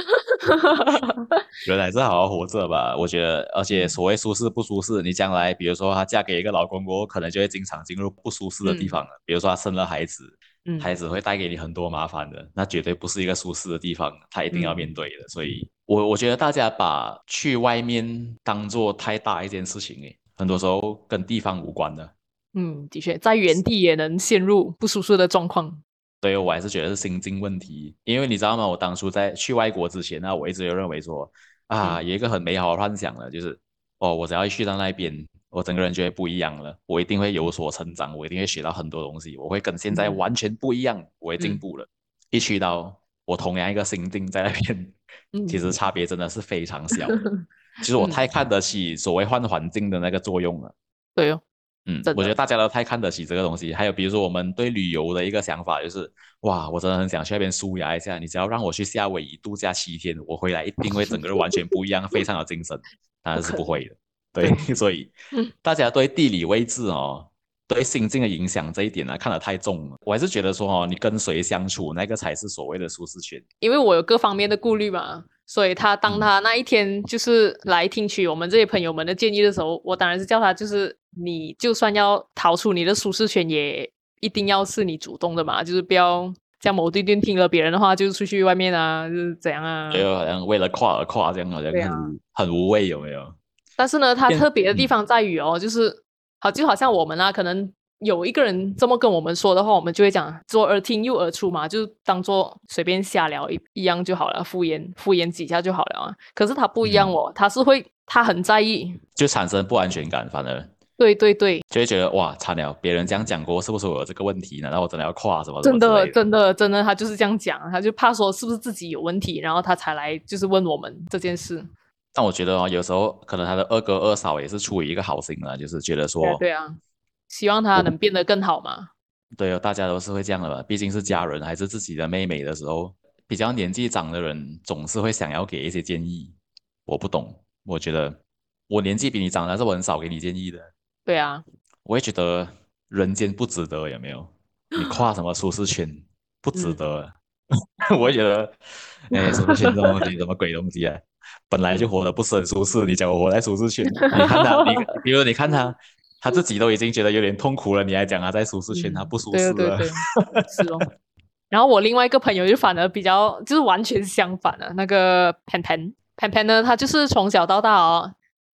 [SPEAKER 1] 人还是好好活着吧。我觉得，而且
[SPEAKER 2] 嗯
[SPEAKER 1] 所谓舒适不舒适，你将来比如说她嫁给一个老公过后，可能就会经常进入不舒适的地
[SPEAKER 2] 嗯
[SPEAKER 1] 方了。比如说她生了孩子，孩
[SPEAKER 2] 嗯
[SPEAKER 1] 子会带给你很多麻烦的，那绝对不是一个舒适的地方，她一定要面
[SPEAKER 2] 嗯
[SPEAKER 1] 对的。所以我觉得大家把去外面当做太大一件事情，诶，很多时候跟地方无关的。
[SPEAKER 2] 嗯，的确，在原地也能陷入不舒适的状况。
[SPEAKER 1] 对，我还是觉得是心境问题，因为你知道吗？我当初在去外国之前呢，我一直有认为说，啊，
[SPEAKER 2] 嗯
[SPEAKER 1] 有一个很美好的幻想了，就是哦，我只要一去到那边，我整个人就会不一样了，我一定会有所成长，我一定会学到很多东西，我会跟现在
[SPEAKER 2] 嗯
[SPEAKER 1] 完全不一样，我会进
[SPEAKER 2] 嗯
[SPEAKER 1] 步了。一去到我同样一个心境在那边，其实
[SPEAKER 2] 嗯
[SPEAKER 1] 差别真的是非常小的。其实我太
[SPEAKER 2] 嗯，
[SPEAKER 1] 看得起所谓换环境的那个作用了。
[SPEAKER 2] 对哦，真的。
[SPEAKER 1] 我觉得大家都太看得起这个东西。还有比如说我们对旅游的一个想法就是，哇，我真的很想去那边舒压一下。你只要让我去夏威夷度假7天，我回来一定会整个人完全不一样，非常有精神。当然是
[SPEAKER 2] 不可能。
[SPEAKER 1] 不会的。对，
[SPEAKER 2] 对，
[SPEAKER 1] 所以
[SPEAKER 2] 嗯，
[SPEAKER 1] 大家对地理位置哦，对心境的影响这一点呢、看得太重了。我还是觉得说哦，你跟谁相处，那个才是所谓的舒适圈。
[SPEAKER 2] 因为我有各方面的顾虑嘛，所以当
[SPEAKER 1] 嗯，
[SPEAKER 2] 他那一天就是来听取我们这些朋友们的建议的时候，我当然是叫他，就是你就算要逃出你的舒适圈，也一定要是你主动的嘛，就是不要这样某顿顿听了别人的话，就出去外面啊，就是怎样啊，
[SPEAKER 1] 就好像为了跨而跨，这样好像
[SPEAKER 2] 对啊。
[SPEAKER 1] 很无谓，有没有？
[SPEAKER 2] 但是呢，它
[SPEAKER 1] 变，
[SPEAKER 2] 特别的地方在于哦，就是就好像我们啊，可能有一个人这么跟我们说的话，我们就会讲左耳听右耳出嘛，就当做随便瞎聊一样就好了，敷衍几下就好了啊。可是他不一样
[SPEAKER 1] 嗯，
[SPEAKER 2] 哦，他很在意，
[SPEAKER 1] 就产生不安全感，反而。
[SPEAKER 2] 对对对，
[SPEAKER 1] 就会觉得哇，惨了，别人这样讲过，是不是我有这个问题？难道我真的要跨什么什么
[SPEAKER 2] 真的
[SPEAKER 1] 之类的？
[SPEAKER 2] 真的真的，他就是这样讲，他就怕说是不是自己有问题，然后他才来就是问我们这件事。
[SPEAKER 1] 但我觉得哦，有时候可能他的二哥二嫂也是出于一个好心了，就是觉得
[SPEAKER 2] 对啊
[SPEAKER 1] 说，
[SPEAKER 2] 对啊，希望他
[SPEAKER 1] 我不
[SPEAKER 2] 能变得更好嘛。
[SPEAKER 1] 对哦，大家都是会这样的吧，毕竟是家人还是自己的妹妹的时候，比较年纪长的人总是会想要给一些建议。我不懂，我觉得我年纪比你长，但是我很少给你建议的。
[SPEAKER 2] 对啊，
[SPEAKER 1] 我会觉得人间不值得，有没有？你跨什么舒适圈，不值
[SPEAKER 2] 嗯
[SPEAKER 1] 得。我会觉得，哎，舒适圈这种东西，什么鬼东西啊？本来就
[SPEAKER 2] 嗯
[SPEAKER 1] 活得不是很舒适，你讲我活在舒适圈，你看他，比如你看他，他自己都已经觉得有点痛苦了，你还讲他在舒适圈，他
[SPEAKER 2] 嗯，
[SPEAKER 1] 不舒
[SPEAKER 2] 对
[SPEAKER 1] 适了。
[SPEAKER 2] 对对，是哦。然后我另外一个朋友就反而比较就是完全相反的，那个潘潘呢，他就是从小到大哦，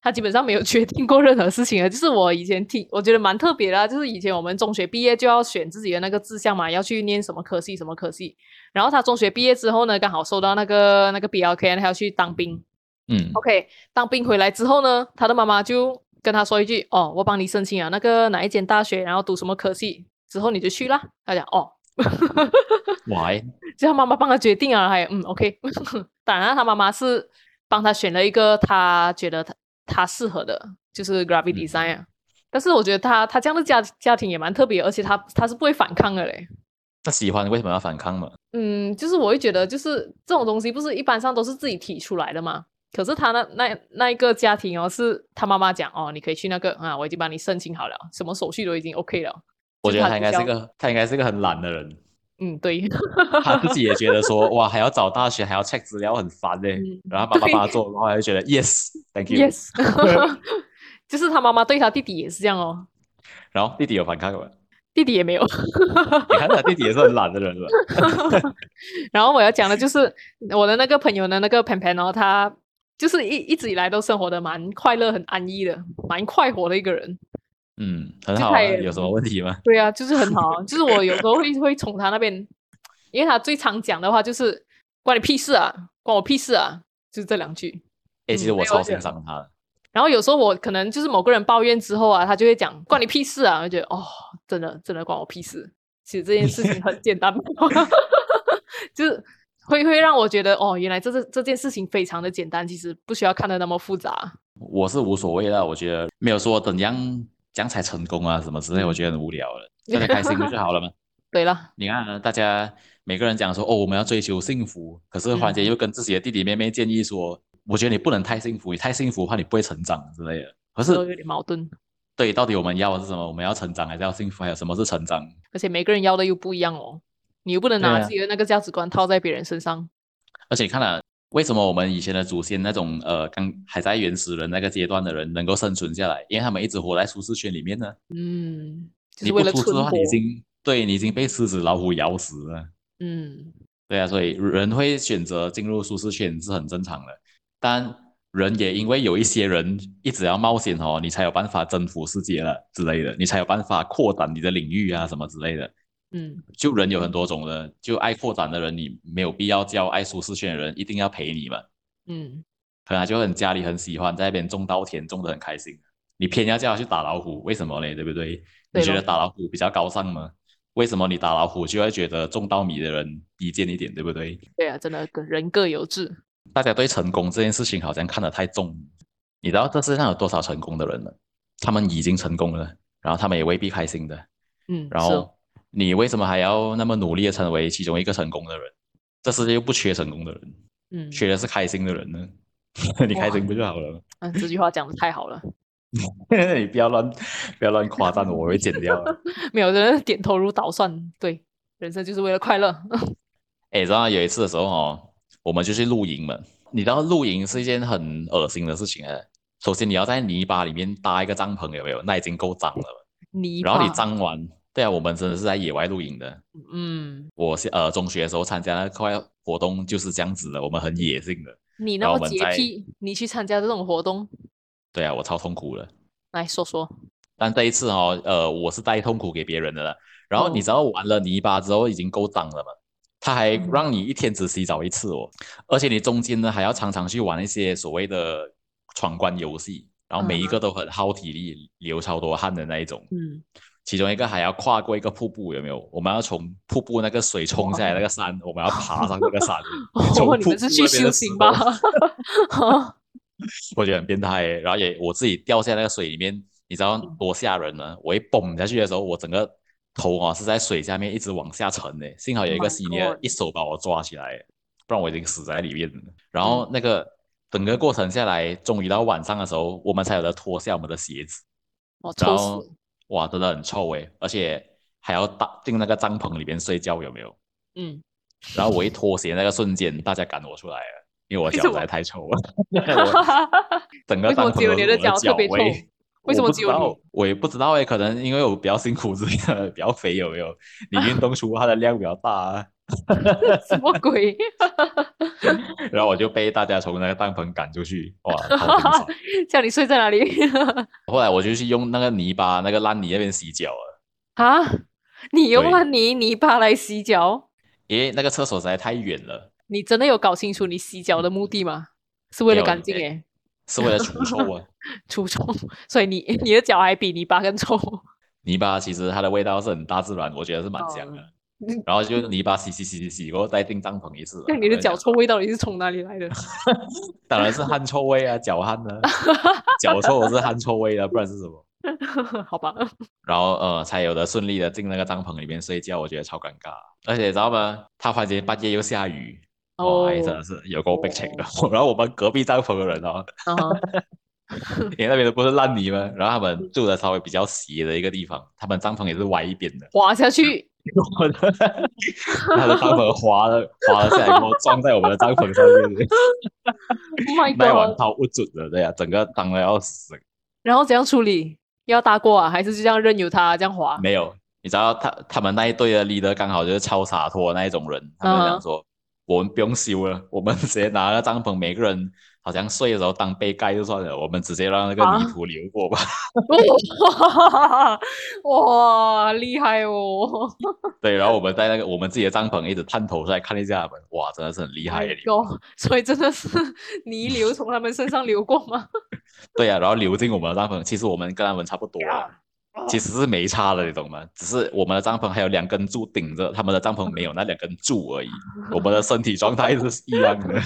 [SPEAKER 2] 他基本上没有决定过任何事情的。就是我以前听，我觉得蛮特别的啊，就是以前我们中学毕业就要选自己的那个志向嘛，要去念什么科系什么科系。然后他中学毕业之后呢，刚好收到那个 BLK，他要去当兵。OK，当兵回来之后呢，他的妈妈就跟他说一句：“哦，我帮你申请了那个哪一间大学，然后读什么科系，之后你就去啦。”他讲：“哦。”
[SPEAKER 1] 哇，
[SPEAKER 2] 就他妈妈帮他决定啊，还OK。当然他妈妈是帮他选了一个他觉得他适合的，就是 graphic design 啊。但是我觉得他这样的家庭也蛮特别，而且他是不会反抗的嘞。
[SPEAKER 1] 那喜欢为什么要反抗嘛？
[SPEAKER 2] 就是我会觉得，就是这种东西不是一般上都是自己提出来的嘛。可是他那一个家庭哦，是他妈妈讲哦，你可以去那个啊，我已经帮你申请好了，什么手续都已经 OK 了。
[SPEAKER 1] 我觉得他应
[SPEAKER 2] 就是只需要
[SPEAKER 1] 该是个他应该是个很懒的人，
[SPEAKER 2] 对。
[SPEAKER 1] 他自己也觉得说哇还要找大学还要 check 资料很烦嘞，然后妈妈
[SPEAKER 2] 对
[SPEAKER 1] 帮他做，然后他就觉得 yes，thank you，
[SPEAKER 2] ，yes。就是他妈妈对他弟弟也是这样哦，
[SPEAKER 1] 然后弟弟有反抗吗？
[SPEAKER 2] 弟弟也没有。
[SPEAKER 1] 你看他弟弟也是很懒的人了。
[SPEAKER 2] 然后我要讲的就是我的那个朋友的那个潘潘哦，他就是一直以来都生活的蛮快乐、很安逸的，蛮快活的一个人。
[SPEAKER 1] 很好啊，
[SPEAKER 2] 就他也
[SPEAKER 1] 有什么问题吗？
[SPEAKER 2] 对啊，就是很好啊。就是我有时候会从他那边，因为他最常讲的话就是关你屁事啊，关我屁事啊，就是这两句。
[SPEAKER 1] 其实我超欣赏他的。
[SPEAKER 2] 然后有时候我可能就是某个人抱怨之后啊，他就会讲关你屁事啊，我就觉得哦，真的关我屁事。其实这件事情很简单。就是会让我觉得哦，原来这件事情非常的简单，其实不需要看得那么复杂。
[SPEAKER 1] 我是无所谓的，我觉得没有说怎样这样才成功啊什么之类，我觉得很无聊了，大家开心不就好了吗？
[SPEAKER 2] 对了，
[SPEAKER 1] 你看啊，大家每个人讲说哦，我们要追求幸福，可是忽然间又跟自己的弟弟妹妹建议说，我觉得你不能太幸福，你太幸福的话你不会成长之类的。可是
[SPEAKER 2] 有点矛盾，
[SPEAKER 1] 对，到底我们要的是什么？我们要成长还是要幸福？还有什么是成长？
[SPEAKER 2] 而且每个人要的又不一样哦，你又不能
[SPEAKER 1] 对啊，
[SPEAKER 2] 拿自己的那个价值观套在别人身上。
[SPEAKER 1] 而且你看啊，为什么我们以前的祖先那种刚还在原始人那个阶段的人能够生存下来？因为他们一直活在舒适圈里面呢。
[SPEAKER 2] 就是为了
[SPEAKER 1] 你不出事的话，
[SPEAKER 2] 存活。
[SPEAKER 1] 你已经被狮子老虎咬死了。
[SPEAKER 2] 嗯，
[SPEAKER 1] 对啊，所以人会选择进入舒适圈是很正常的。但人也因为有一些人一直要冒险哦，你才有办法征服世界了之类的，你才有办法扩展你的领域啊什么之类的。就人有很多种的，就爱扩展的人，你没有必要叫爱舒适圈的人一定要陪你嘛。可能他就很家里很喜欢在那边种稻田，种得很开心。你偏要叫他去打老虎，为什么呢？对不对？你觉得
[SPEAKER 2] 对咯，
[SPEAKER 1] 打老虎比较高尚吗？为什么你打老虎就会觉得种稻米的人低贱一点，对不对？
[SPEAKER 2] 对啊，真的人各有志。
[SPEAKER 1] 大家对成功这件事情好像看得太重。你知道这世界上有多少成功的人了？他们已经成功了，然后他们也未必开心的。然
[SPEAKER 2] 是哦。
[SPEAKER 1] 后你为什么还要那么努力的成为其中一个成功的人？这世界又不缺成功的人，缺的是开心的人呢。你开
[SPEAKER 2] 哇，
[SPEAKER 1] 心不就好了？
[SPEAKER 2] 这句话讲的太好了。
[SPEAKER 1] 你不要乱夸赞我，我会剪掉的。
[SPEAKER 2] 没有人点头如捣蒜。对，人生就是为了快乐。
[SPEAKER 1] 哎，知道有一次的时候哦，我们就去露营嘛。你知道露营是一件很恶心的事情啊。首先你要在泥巴里面搭一个帐篷，有没有？那已经够脏了。然后你
[SPEAKER 2] 泥巴。
[SPEAKER 1] 脏完，对啊，我们真的是在野外露营的。我是中学的时候参加那块活动就是这样子的，我们很野性的。然后
[SPEAKER 2] 你那么
[SPEAKER 1] 我们在，
[SPEAKER 2] 洁癖，你去参加这种活动，
[SPEAKER 1] 对啊，我超痛苦的。
[SPEAKER 2] 来说说。
[SPEAKER 1] 但这一次哦，我是带痛苦给别人的了。然后你
[SPEAKER 2] 哦。
[SPEAKER 1] 知道玩了泥巴之后已经够脏了嘛？他还让你一天只洗澡一次哦，而且你中间呢还要常常去玩一些所谓的闯关游戏，然后每一个都很耗体力、流超多汗的那一种。其中一个还要跨过一个瀑布，有没有？我们要从瀑布那个水冲下来那个山，我们要爬上这个山，从
[SPEAKER 2] 你
[SPEAKER 1] 瀑
[SPEAKER 2] 们是去
[SPEAKER 1] 布那边的石
[SPEAKER 2] 修行吧？
[SPEAKER 1] 头，我觉得很变态耶。然后我自己掉下那个水里面，你知道多吓人呢？我一蹦下去的时候，我整个头啊是在水下面一直往下沉的，幸好有
[SPEAKER 2] Oh
[SPEAKER 1] 一个
[SPEAKER 2] my
[SPEAKER 1] senior
[SPEAKER 2] god！
[SPEAKER 1] 一手把我抓起来，不然我已经死在里面了。然
[SPEAKER 2] 嗯，
[SPEAKER 1] 后那个整个过程下来，终于到晚上的时候，我们才有的脱下我们的鞋子。
[SPEAKER 2] 我
[SPEAKER 1] 然后
[SPEAKER 2] 臭死了。
[SPEAKER 1] 哇，真的很臭诶，而且还要进那个帐篷里面睡觉，有没有？
[SPEAKER 2] 嗯，
[SPEAKER 1] 然后我一脱鞋那个瞬间，大家赶我出来了，因为我脚实在
[SPEAKER 2] 为什么？
[SPEAKER 1] 太臭了。我整个
[SPEAKER 2] 为什么
[SPEAKER 1] 帐篷
[SPEAKER 2] 只有你的
[SPEAKER 1] 都是我的
[SPEAKER 2] 脚特别臭？
[SPEAKER 1] 脚味。
[SPEAKER 2] 为什
[SPEAKER 1] 我不知道，
[SPEAKER 2] 么只有你？
[SPEAKER 1] 我也不知道诶，可能因为我比较辛苦之类的，比较肥有没有？你运动出汗的量比较大啊。
[SPEAKER 2] 什么鬼？
[SPEAKER 1] 然后我就被大家从那个帐篷赶出去，哇，超惊爽。
[SPEAKER 2] 叫你睡在哪里？
[SPEAKER 1] 后来我就去用那个泥巴那个烂泥那边洗脚了，
[SPEAKER 2] 啊？你用
[SPEAKER 1] 对，
[SPEAKER 2] 烂泥巴来洗脚？
[SPEAKER 1] 因为那个厕所实在太远了，
[SPEAKER 2] 你真的有搞清楚你洗脚的目的吗？是为了
[SPEAKER 1] 没有，
[SPEAKER 2] 干净诶，
[SPEAKER 1] 是为了除臭啊。
[SPEAKER 2] 除臭，所以你的脚还比泥巴更臭。
[SPEAKER 1] 泥巴其实它的味道是很大自然，我觉得是蛮香的。
[SPEAKER 2] 嗯，
[SPEAKER 1] 然后就泥巴洗，过后再订帐篷一次嘛。
[SPEAKER 2] 那你的脚臭味到底是从哪里来的？
[SPEAKER 1] 当然是汗臭味啊，脚汗呢，脚臭是汗臭味啊，不然是什么？
[SPEAKER 2] 好吧，
[SPEAKER 1] 然后才有的顺利的进那个帐篷里面睡觉，我觉得超尴尬。而且知道吗？他房间半夜又下雨，哇，哎，真
[SPEAKER 2] 哦
[SPEAKER 1] 的是有够悲情的。
[SPEAKER 2] 哦，
[SPEAKER 1] 然后我们隔壁帐篷的人哦，
[SPEAKER 2] 嗯哼，
[SPEAKER 1] 因为那边都不是烂泥嘛，然后他们住的稍微比较斜的一个地方，他们帐篷也是歪一边的。
[SPEAKER 2] 滑下去。
[SPEAKER 1] 我的他的帐篷滑了下来，过后撞在我们的帐篷上面，
[SPEAKER 2] Oh my
[SPEAKER 1] 那一晚
[SPEAKER 2] god！
[SPEAKER 1] 超不准的，对呀、整个脏的要死。
[SPEAKER 2] 然后怎样处理？要搭过啊，还是就这样任由它这样滑？
[SPEAKER 1] 没有，你知道他们那一队的 leader 刚好就是超洒脱的那一种人，他们就
[SPEAKER 2] 嗯哼，
[SPEAKER 1] 讲说，我们不用修了，我们直接拿个帐篷，每个人好像睡的时候当被盖就算了，我们直接让那个泥
[SPEAKER 2] 啊，
[SPEAKER 1] 土流过吧。
[SPEAKER 2] 哇，哇，厉害哦
[SPEAKER 1] 对，然后我们在那个我们自己的帐篷一直探头出来看一下他们，哇，真的是很厉害
[SPEAKER 2] ！My
[SPEAKER 1] 的你们。
[SPEAKER 2] God！所以真的是泥流从他们身上流过吗？
[SPEAKER 1] 对呀、然后流进我们的帐篷，其实我们跟他们差不多了。
[SPEAKER 2] 呀啊
[SPEAKER 1] 其实是没差的，你懂吗？只是我们的帐篷还有两根柱顶着，他们的帐篷没有那两根柱而已。我们的身体状态是一样的。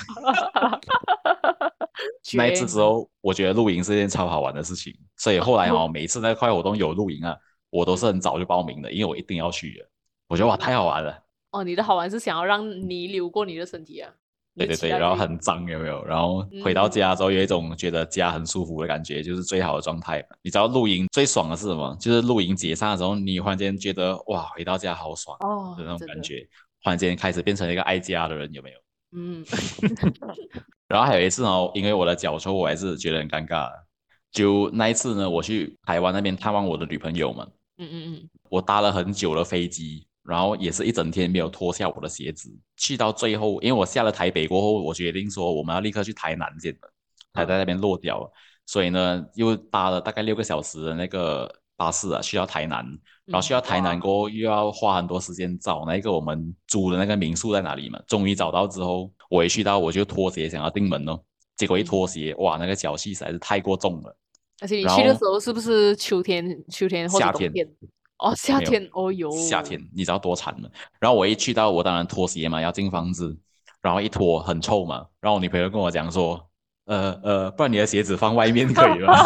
[SPEAKER 1] 那一次
[SPEAKER 2] 绝！
[SPEAKER 1] 之后，我觉得露营是一件超好玩的事情，所以后来哦，每一次那块活动有露营啊，我都是很早就报名的，因为我一定要去的。我觉得哇，太好玩了。
[SPEAKER 2] 哦，你的好玩是想要让泥流过你的身体啊？你
[SPEAKER 1] 对对对，
[SPEAKER 2] 是期待这个？
[SPEAKER 1] 然后很脏有没有？然后回到
[SPEAKER 2] 嗯，
[SPEAKER 1] 家之后有一种觉得家很舒服的感觉，就是最好的状态嘛。你知道露营最爽的是什么？就是露营解散的时候，你忽然间觉得哇，回到家好爽的那
[SPEAKER 2] 哦，
[SPEAKER 1] 种
[SPEAKER 2] 真的，
[SPEAKER 1] 感觉，忽然间开始变成一个爱家的人，有没有？
[SPEAKER 2] 嗯
[SPEAKER 1] 然后还有一次哦，因为我的脚臭，我还是觉得很尴尬。就那一次呢，我去台湾那边探望我的女朋友嘛，
[SPEAKER 2] 嗯嗯
[SPEAKER 1] 我搭了很久的飞机，然后也是一整天没有脱下我的鞋子。去到最后，因为我下了台北过后，我决定说我们要立刻去台南见的，才在
[SPEAKER 2] 嗯
[SPEAKER 1] 那边落脚了。所以呢，又搭了大概6个小时的那个巴士啊，去到台南。然后去
[SPEAKER 2] 嗯，
[SPEAKER 1] 到台南
[SPEAKER 2] 哇，
[SPEAKER 1] 过后，又要花很多时间找那个我们租的那个民宿在哪里嘛。终于找到之后，我一去到我就脱鞋想要进门哦，结果一
[SPEAKER 2] 嗯，
[SPEAKER 1] 脱鞋，哇，那个脚气实在是太过重了。
[SPEAKER 2] 而且你
[SPEAKER 1] 然后
[SPEAKER 2] 去的时候是不是秋天或者
[SPEAKER 1] 夏天
[SPEAKER 2] 冬天？哦，夏
[SPEAKER 1] 没有，
[SPEAKER 2] 天，哦哟，
[SPEAKER 1] 夏天你知道多惨吗？然后我一去到，我当然脱鞋嘛，要进房子，然后一脱很臭嘛，然后我女朋友跟我讲说，不然你的鞋子放外面可以吗？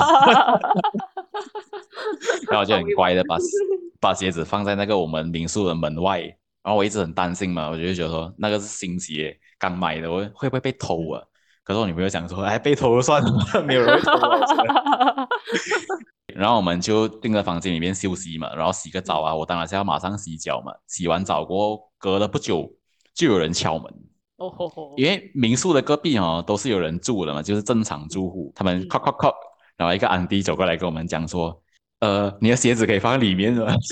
[SPEAKER 1] 然后我就
[SPEAKER 2] 好用，
[SPEAKER 1] 很乖的把鞋子放在那个我们民宿的门外，然后我一直很担心嘛，我就觉得说那个是新鞋，刚买的，我会不会被偷啊？可是我女朋友讲说，哎，被偷就算了，没有人会偷啊，我觉得。然后我们就订在房间里面休息嘛，然后洗个澡
[SPEAKER 2] 嗯，
[SPEAKER 1] 啊，我当然是要马上洗脚嘛。洗完澡过后，隔了不久就有人敲门，
[SPEAKER 2] 哦吼吼，
[SPEAKER 1] 因为民宿的隔壁哦都是有人住的嘛，就是正常住户，他们
[SPEAKER 2] 嗯，
[SPEAKER 1] c a 然后一个安迪走过来跟我们讲说，你的鞋子可以放在里面的。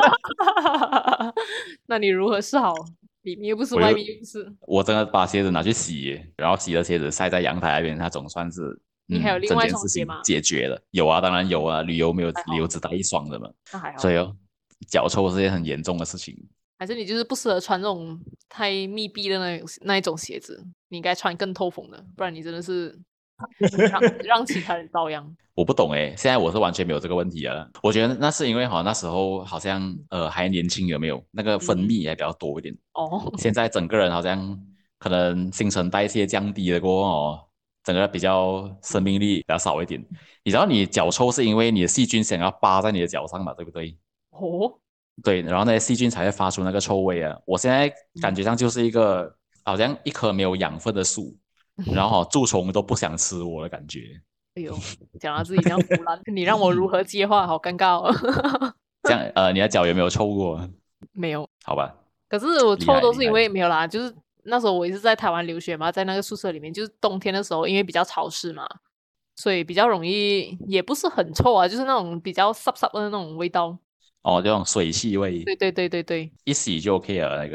[SPEAKER 2] 那你如何是好？里面又不是，
[SPEAKER 1] 我就
[SPEAKER 2] 外面又不是，
[SPEAKER 1] 我真的把鞋子拿去洗，然后洗的鞋子晒在阳台那边，它总算是
[SPEAKER 2] 你还有另
[SPEAKER 1] 整
[SPEAKER 2] 外一
[SPEAKER 1] 件事情
[SPEAKER 2] 双鞋吗？
[SPEAKER 1] 解决了。有啊，当然有啊，旅游没有
[SPEAKER 2] 还好，
[SPEAKER 1] 理由只带一双的嘛，
[SPEAKER 2] 那还好，
[SPEAKER 1] 所以哦，脚臭是件很严重的事情。
[SPEAKER 2] 还是你就是不适合穿这种太密闭的那一种鞋子，你应该穿更透风的，不然你真的是让其他人遭殃。
[SPEAKER 1] 我不懂诶，现在我是完全没有这个问题啊。我觉得那是因为那时候好像还年轻，有没有那个分
[SPEAKER 2] 嗯，
[SPEAKER 1] 泌也比较多一点。
[SPEAKER 2] 哦，
[SPEAKER 1] 现在整个人好像可能新陈代谢降低了过后哦，整个比较生命力比较少一点。你知道你脚臭是因为你的细菌想要扒在你的脚上嘛，对不对？
[SPEAKER 2] 哦，
[SPEAKER 1] 对，然后那些细菌才会发出那个臭味啊。我现在感
[SPEAKER 2] 嗯，
[SPEAKER 1] 觉上就是一个好像一棵没有养分的树，然后蛀虫都不想吃我的感觉。
[SPEAKER 2] 哎呦，讲到自己这样腐烂，你让我如何接话？好尴尬哦。
[SPEAKER 1] 这样你的脚有没有臭过？
[SPEAKER 2] 没有，
[SPEAKER 1] 好吧，
[SPEAKER 2] 可是我
[SPEAKER 1] 厉害
[SPEAKER 2] 臭都是因
[SPEAKER 1] 厉害。
[SPEAKER 2] 为没有啦，就是那时候我也是在台湾留学嘛，在那个宿舍里面，就是冬天的时候，因为比较潮湿嘛，所以比较容易，也不是很臭啊，就是那种比较涩涩的那种味道。
[SPEAKER 1] 哦，这种水汽味，
[SPEAKER 2] 对对对对对，
[SPEAKER 1] 一洗就 OK 了那个。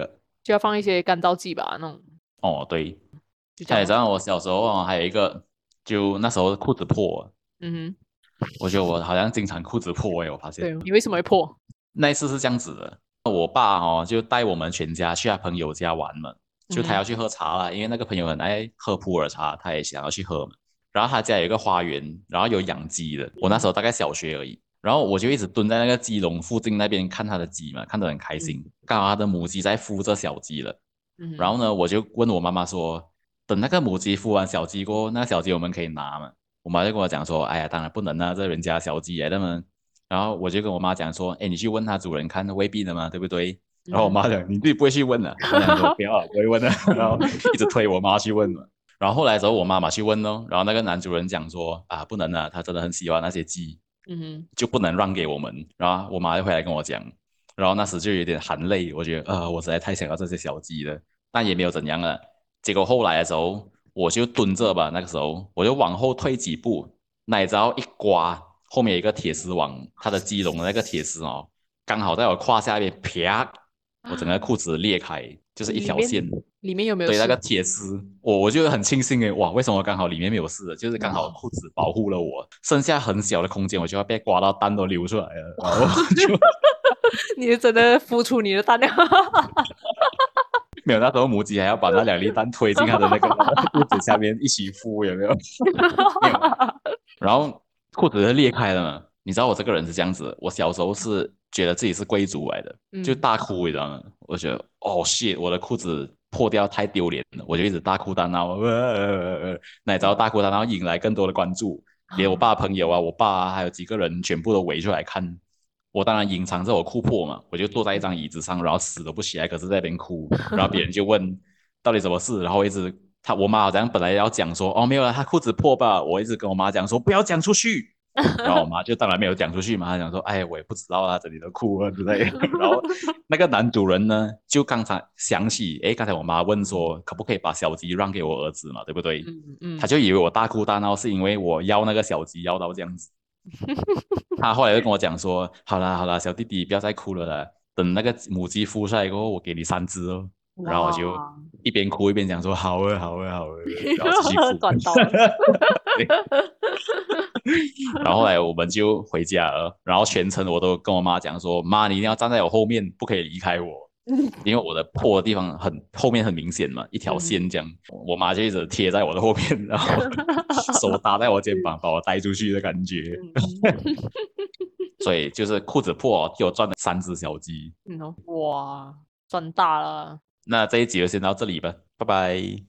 [SPEAKER 2] 就要放一些干燥剂吧，那种
[SPEAKER 1] 哦，对，
[SPEAKER 2] 就这样咯。
[SPEAKER 1] 你知道我小时候还有一个，就那时候裤子破，
[SPEAKER 2] 嗯哼，
[SPEAKER 1] 我觉得我好像经常裤子破诶，我发现
[SPEAKER 2] 对，你为什么会破？
[SPEAKER 1] 那一次是这样子的，我爸就带我们全家去他朋友家玩嘛，就他要
[SPEAKER 2] 嗯
[SPEAKER 1] 去喝茶啦，因为那个朋友很爱喝普洱茶，他也想要去喝嘛。然后他家有一个花园，然后有养鸡的，我那时候大概小学而已，然后我就一直蹲在那个鸡笼附近那边看他的鸡嘛，看得很开心。刚好他的母鸡在孵这小鸡了，然
[SPEAKER 2] 嗯
[SPEAKER 1] 后呢，我就问我妈妈说，等那个母鸡孵完小鸡过后，那个小鸡我们可以拿嘛？我妈就跟我讲说，哎呀，当然不能啊，这人家小鸡来的嘛。然后我就跟我妈讲说，哎，你去问他主人看，未必的嘛，对不对？然后我
[SPEAKER 2] 嗯
[SPEAKER 1] 妈讲，你自己不会去问的。我想说，不要了，不会问的。然后一直推我妈去问嘛。然后后来的时候，我妈妈去问咯，然后那个男主人讲说，啊，不能啊，他真的很喜欢那些鸡，
[SPEAKER 2] 嗯
[SPEAKER 1] 就不能让给我们。然后我妈就回来跟我讲，然后那时就有点含泪，我觉得，我实在太想要这些小鸡了，但也没有怎样了。结果后来的时候，我就蹲着吧，那个时候我就往后退几步，奶罩一刮，后面有一个铁丝网，它的鸡笼的那个铁丝哦，刚好在我胯下面，啪，我整个裤子裂开，就是一
[SPEAKER 2] 里面
[SPEAKER 1] 条线。
[SPEAKER 2] 里面有没有
[SPEAKER 1] 对，那个
[SPEAKER 2] 事？
[SPEAKER 1] 铁丝，我就很庆幸诶，哇，为什么刚好里面没有事？就是刚好裤子保护了我，剩下很小的空间，我就要被刮到蛋都流出来了，然后就
[SPEAKER 2] 你是真的付出你的胆量。
[SPEAKER 1] 没有，那时候母鸡还要把那2粒蛋推进它的那个肚子下面一起孵，有没有？没有，然后裤子是裂开了嘛。你知道我这个人是这样子的，我小时候是觉得自己是贵族来的，就
[SPEAKER 2] 嗯，
[SPEAKER 1] 大哭，你知道吗？我觉得哦 shit，我的裤子破掉太丢脸了，我就一直大哭大闹，那你知道大哭大闹引来更多的关注，连我爸朋友啊、我爸啊，还有几个人全部都围出来看。我当然隐藏着我哭破嘛，我就坐在一张椅子上，然后死都不起来，可是在那边哭，然后别人就问到底什么事，然后一直我妈好像本来要讲说哦没有了，她裤子破吧，我一直跟我妈讲说不要讲出去，然后我妈就当然没有讲出去嘛，她讲说哎我也不知道啊，这里的哭啊之类的，然后那个男主人呢就刚才想起，哎刚才我妈问说可不可以把小鸡让给我儿子嘛，对不对？他
[SPEAKER 2] 嗯
[SPEAKER 1] 就以为我大哭大闹是因为我要那个小鸡要到这样子。他后来就跟我讲说，好啦好啦，小弟弟不要再哭了啦，等那个母鸡孵出来过后，我给你3只哦。然后我就
[SPEAKER 2] 哇，
[SPEAKER 1] 一边哭一边讲说，好啊好啊好啊，然后继续哭。
[SPEAKER 2] 赚到了。
[SPEAKER 1] 对，然后后来我们就回家了，然后全程我都跟我妈讲说，妈你一定要站在我后面，不可以离开我。因为我的破的地方后面很明显嘛，一条
[SPEAKER 2] 嗯
[SPEAKER 1] 线这样，我妈就一直贴在我的后面，然后手搭在我肩膀，把我带出去的感觉。
[SPEAKER 2] 嗯
[SPEAKER 1] 所以就是裤子破哦，替我赚了3只小鸡。
[SPEAKER 2] 哇，赚大了。
[SPEAKER 1] 那这一集就先到这里吧，拜拜。